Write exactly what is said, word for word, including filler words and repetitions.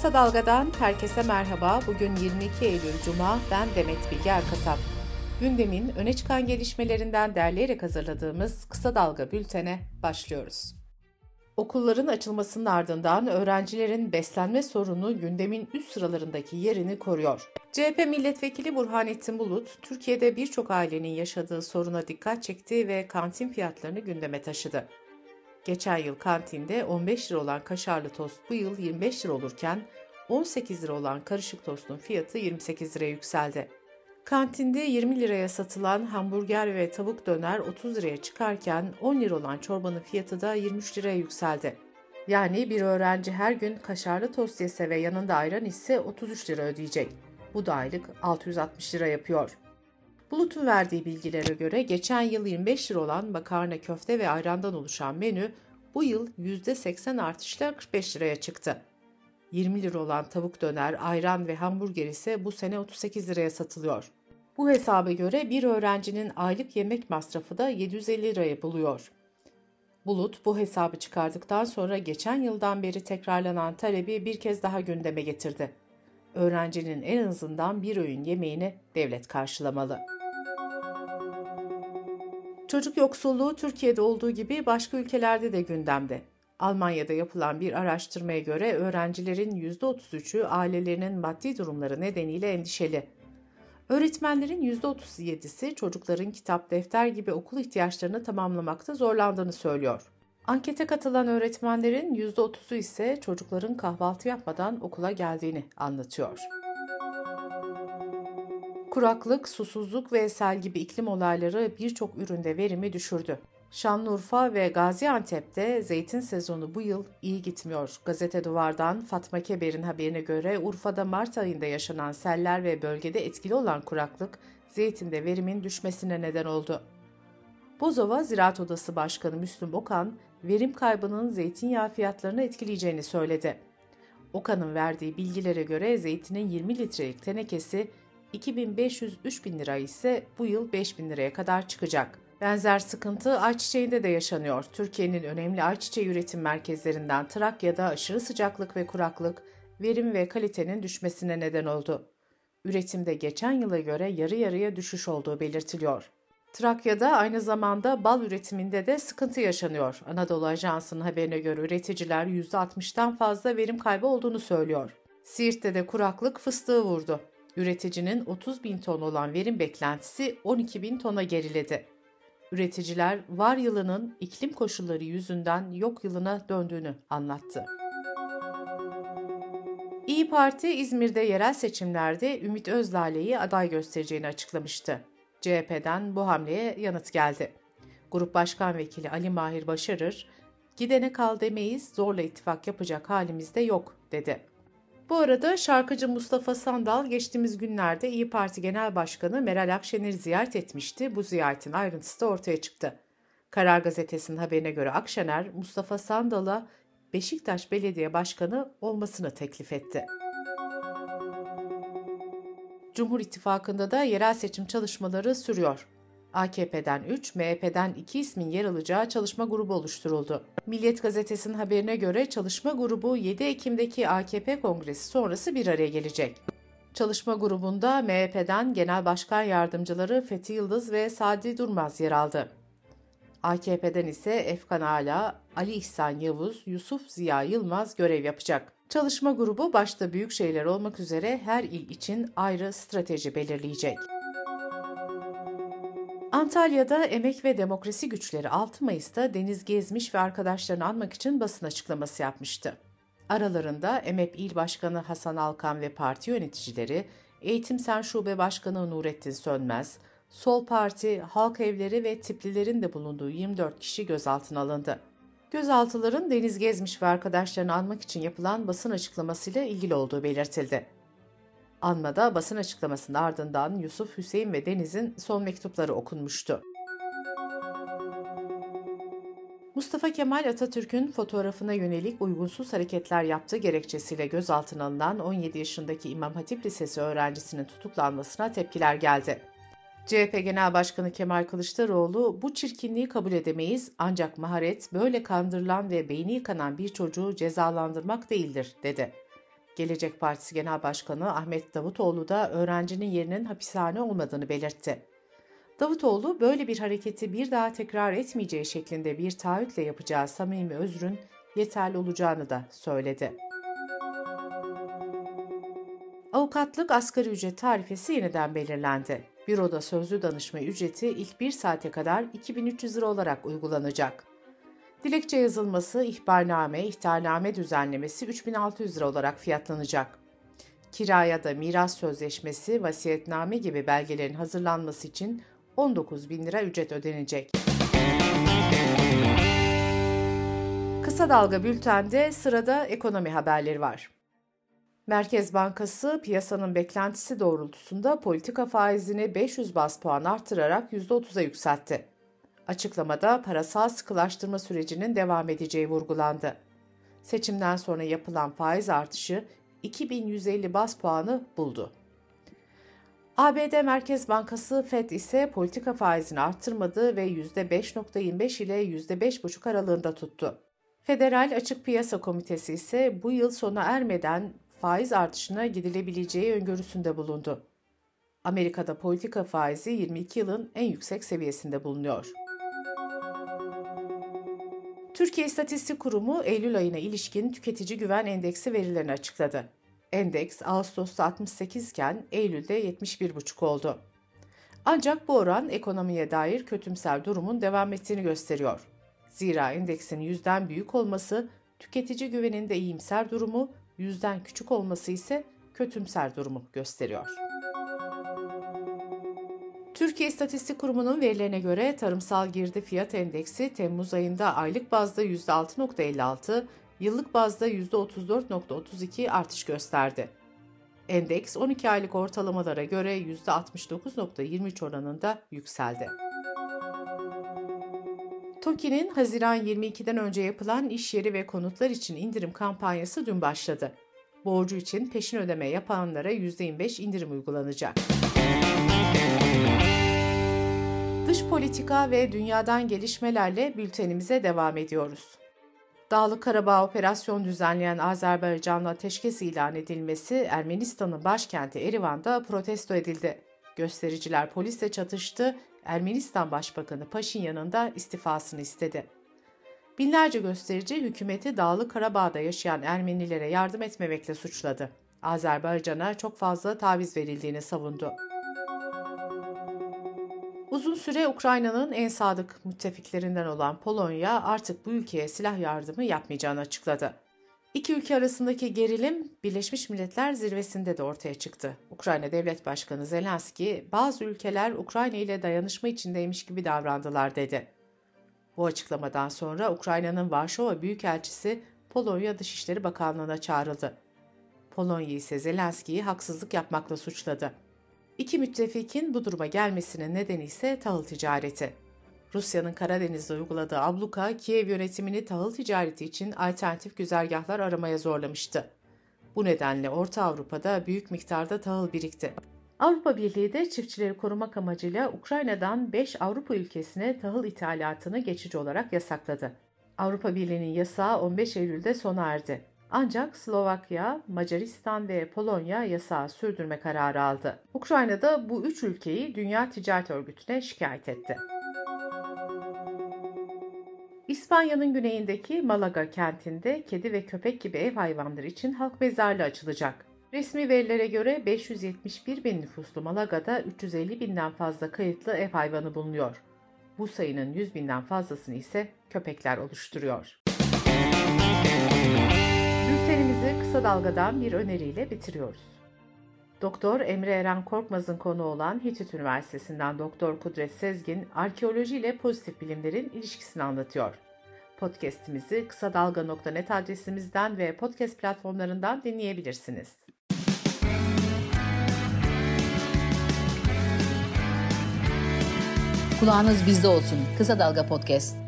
Kısa Dalga'dan herkese merhaba. Bugün yirmi iki Eylül Cuma, ben Demet Bilge Erkasap. Gündemin öne çıkan gelişmelerinden derleyerek hazırladığımız Kısa Dalga bültene başlıyoruz. Okulların açılmasının ardından öğrencilerin beslenme sorunu gündemin üst sıralarındaki yerini koruyor. C H P Milletvekili Burhanettin Bulut, Türkiye'de birçok ailenin yaşadığı soruna dikkat çekti ve kantin fiyatlarını gündeme taşıdı. Geçen yıl kantinde on beş lira olan kaşarlı tost bu yıl yirmi beş lira olurken on sekiz lira olan karışık tostun fiyatı yirmi sekiz liraya yükseldi. Kantinde yirmi liraya satılan hamburger ve tavuk döner otuz liraya çıkarken on lira olan çorbanın fiyatı da yirmi üç liraya yükseldi. Yani bir öğrenci her gün kaşarlı tost yese ve yanında ayran içse otuz üç lira ödeyecek. Bu da aylık altı yüz altmış lira yapıyor. Bulut'un verdiği bilgilere göre geçen yıl yirmi beş lira olan makarna, köfte ve ayrandan oluşan menü bu yıl yüzde seksen artışla kırk beş liraya çıktı. yirmi lira olan tavuk döner, ayran ve hamburger ise bu sene otuz sekiz liraya satılıyor. Bu hesaba göre bir öğrencinin aylık yemek masrafı da yedi yüz elli lirayı buluyor. Bulut bu hesabı çıkardıktan sonra geçen yıldan beri tekrarlanan talebi bir kez daha gündeme getirdi. Öğrencinin en azından bir öğün yemeğini devlet karşılamalı. Çocuk yoksulluğu Türkiye'de olduğu gibi başka ülkelerde de gündemde. Almanya'da yapılan bir araştırmaya göre öğrencilerin yüzde otuz üçü ailelerinin maddi durumları nedeniyle endişeli. Öğretmenlerin yüzde otuz yedisi çocukların kitap, defter gibi okul ihtiyaçlarını tamamlamakta zorlandığını söylüyor. Ankete katılan öğretmenlerin yüzde otuzu ise çocukların kahvaltı yapmadan okula geldiğini anlatıyor. Kuraklık, susuzluk ve sel gibi iklim olayları birçok üründe verimi düşürdü. Şanlıurfa ve Gaziantep'te zeytin sezonu bu yıl iyi gitmiyor. Gazete Duvar'dan Fatma Keber'in haberine göre Urfa'da Mart ayında yaşanan seller ve bölgede etkili olan kuraklık zeytinde verimin düşmesine neden oldu. Bozova Ziraat Odası Başkanı Müslüm Okan, verim kaybının zeytinyağı fiyatlarını etkileyeceğini söyledi. Okan'ın verdiği bilgilere göre zeytinin yirmi litrelik tenekesi iki bin beş yüz - üç bin lira ise bu yıl beş bin liraya kadar çıkacak. Benzer sıkıntı ayçiçeğinde de yaşanıyor. Türkiye'nin önemli ayçiçeği üretim merkezlerinden Trakya'da aşırı sıcaklık ve kuraklık, verim ve kalitenin düşmesine neden oldu. Üretimde geçen yıla göre yarı yarıya düşüş olduğu belirtiliyor. Trakya'da aynı zamanda bal üretiminde de sıkıntı yaşanıyor. Anadolu Ajansı'nın haberine göre üreticiler yüzde altmıştan fazla verim kaybı olduğunu söylüyor. Siirt'te de kuraklık fıstığı vurdu. Üreticinin otuz bin ton olan verim beklentisi on iki bin tona geriledi. Üreticiler var yılının iklim koşulları yüzünden yok yılına döndüğünü anlattı. İYİ Parti İzmir'de yerel seçimlerde Ümit Özdağ'ı aday göstereceğini açıklamıştı. C H P'den bu hamleye yanıt geldi. Grup Başkan Vekili Ali Mahir Başarır, "Gidene kal demeyiz, zorla ittifak yapacak halimiz de yok," dedi. Bu arada şarkıcı Mustafa Sandal geçtiğimiz günlerde İYİ Parti Genel Başkanı Meral Akşener'i ziyaret etmişti. Bu ziyaretin ayrıntısı da ortaya çıktı. Karar Gazetesi'nin haberine göre Akşener, Mustafa Sandal'a Beşiktaş Belediye Başkanı olmasını teklif etti. Cumhur İttifakı'nda da yerel seçim çalışmaları sürüyor. A K P'den üç, M H P'den iki ismin yer alacağı çalışma grubu oluşturuldu. Milliyet Gazetesi'nin haberine göre çalışma grubu yedi Ekim'deki A K P Kongresi sonrası bir araya gelecek. Çalışma grubunda M H P'den Genel Başkan Yardımcıları Fethi Yıldız ve Sadi Durmaz yer aldı. A K P'den ise Efkan Ala, Ali İhsan Yavuz, Yusuf Ziya Yılmaz görev yapacak. Çalışma grubu başta büyük şehirler olmak üzere her il için ayrı strateji belirleyecek. Antalya'da Emek ve Demokrasi Güçleri altı Mayıs'ta Deniz Gezmiş ve arkadaşlarını anmak için basın açıklaması yapmıştı. Aralarında E M E P İl Başkanı Hasan Alkan ve parti yöneticileri, Eğitim Sen Şube Başkanı Nurettin Sönmez, Sol Parti, Halk Evleri ve Tiplilerin de bulunduğu yirmi dört kişi gözaltına alındı. Gözaltıların Deniz Gezmiş ve arkadaşlarını anmak için yapılan basın açıklamasıyla ilgili olduğu belirtildi. Anmada basın açıklamasının ardından Yusuf, Hüseyin ve Deniz'in son mektupları okunmuştu. Mustafa Kemal Atatürk'ün fotoğrafına yönelik uygunsuz hareketler yaptığı gerekçesiyle gözaltına alınan on yedi yaşındaki İmam Hatip Lisesi öğrencisinin tutuklanmasına tepkiler geldi. C H P Genel Başkanı Kemal Kılıçdaroğlu, "Bu çirkinliği kabul edemeyiz, ancak maharet böyle kandırılan ve beyni yıkanan bir çocuğu cezalandırmak değildir," dedi. Gelecek Partisi Genel Başkanı Ahmet Davutoğlu da öğrencinin yerinin hapishane olmadığını belirtti. Davutoğlu, böyle bir hareketi bir daha tekrar etmeyeceği şeklinde bir taahhütle yapacağı samimi özrün yeterli olacağını da söyledi. Avukatlık asgari ücret tarifesi yeniden belirlendi. Büroda sözlü danışma ücreti ilk bir saate kadar iki bin üç yüz lira olarak uygulanacak. Dilekçe yazılması, ihbarname, ihtarname düzenlemesi üç bin altı yüz lira olarak fiyatlanacak. Kira ya da miras sözleşmesi, vasiyetname gibi belgelerin hazırlanması için on dokuz bin lira ücret ödenecek. Kısa Dalga Bülten'de sırada ekonomi haberleri var. Merkez Bankası piyasanın beklentisi doğrultusunda politika faizini beş yüz baz puan artırarak yüzde otuza yükseltti. Açıklamada parasal sıkılaştırma sürecinin devam edeceği vurgulandı. Seçimden sonra yapılan faiz artışı iki bin yüz elli baz puanı buldu. A B D Merkez Bankası Fed ise politika faizini arttırmadı ve yüzde beş virgül yirmi beş ile yüzde beş virgül beş aralığında tuttu. Federal Açık Piyasa Komitesi ise bu yıl sona ermeden faiz artışına gidilebileceği öngörüsünde bulundu. Amerika'da politika faizi yirmi iki yılın en yüksek seviyesinde bulunuyor. Türkiye İstatistik Kurumu Eylül ayına ilişkin tüketici güven endeksi verilerini açıkladı. Endeks Ağustos'ta altmış sekiz iken Eylül'de yetmiş bir virgül beş oldu. Ancak bu oran ekonomiye dair kötümser durumun devam ettiğini gösteriyor. Zira endeksin yüzden büyük olması tüketici güveninde iyimser durumu, yüzden küçük olması ise kötümser durumu gösteriyor. Türkiye İstatistik Kurumu'nun verilerine göre tarımsal girdi fiyat endeksi Temmuz ayında aylık bazda yüzde altı virgül elli altı, yıllık bazda yüzde otuz dört virgül otuz iki artış gösterdi. Endeks on iki aylık ortalamalara göre yüzde altmış dokuz virgül yirmi üç oranında yükseldi. TOKİ'nin Haziran yirmi ikiden önce yapılan iş yeri ve konutlar için indirim kampanyası dün başladı. Borcu için peşin ödeme yapanlara yüzde yirmi beş indirim uygulanacak. Dış politika ve dünyadan gelişmelerle bültenimize devam ediyoruz. Dağlık Karabağ operasyon düzenleyen Azerbaycan'la ateşkes ilan edilmesi Ermenistan'ın başkenti Erivan'da protesto edildi. Göstericiler polisle çatıştı, Ermenistan Başbakanı Paşinyan'ın da istifasını istedi. Binlerce gösterici hükümeti Dağlık Karabağ'da yaşayan Ermenilere yardım etmemekle suçladı. Azerbaycan'a çok fazla taviz verildiğini savundu. Uzun süre Ukrayna'nın en sadık müttefiklerinden olan Polonya artık bu ülkeye silah yardımı yapmayacağını açıkladı. İki ülke arasındaki gerilim Birleşmiş Milletler Zirvesi'nde de ortaya çıktı. Ukrayna Devlet Başkanı Zelenski, bazı ülkeler Ukrayna ile dayanışma içindeymiş gibi davrandılar dedi. Bu açıklamadan sonra Ukrayna'nın Varşova Büyükelçisi Polonya Dışişleri Bakanlığı'na çağrıldı. Polonya ise Zelenski'yi haksızlık yapmakla suçladı. İki müttefikin bu duruma gelmesinin nedeni ise tahıl ticareti. Rusya'nın Karadeniz'de uyguladığı abluka, Kiev yönetimini tahıl ticareti için alternatif güzergahlar aramaya zorlamıştı. Bu nedenle Orta Avrupa'da büyük miktarda tahıl birikti. Avrupa Birliği de çiftçileri korumak amacıyla Ukrayna'dan beş Avrupa ülkesine tahıl ithalatını geçici olarak yasakladı. Avrupa Birliği'nin yasağı on beş Eylül'de sona erdi. Ancak Slovakya, Macaristan ve Polonya yasağı sürdürme kararı aldı. Ukrayna'da bu üç ülkeyi Dünya Ticaret Örgütü'ne şikayet etti. İspanya'nın güneyindeki Malaga kentinde kedi ve köpek gibi ev hayvanları için halk mezarlığı açılacak. Resmi verilere göre beş yüz yetmiş bir bin nüfuslu Malaga'da üç yüz elli binden fazla kayıtlı ev hayvanı bulunuyor. Bu sayının yüz binden fazlasını ise köpekler oluşturuyor. Bültenimizi kısa dalgadan bir öneriyle bitiriyoruz. Doktor Emre Eren Korkmaz'ın konuğu olan Hitit Üniversitesi'nden Doktor Kudret Sezgin, arkeoloji ile pozitif bilimlerin ilişkisini anlatıyor. Podcast'imizi kısa dalga nokta net adresimizden ve podcast platformlarından dinleyebilirsiniz. Kulağınız bizde olsun. Kısa Dalga Podcast.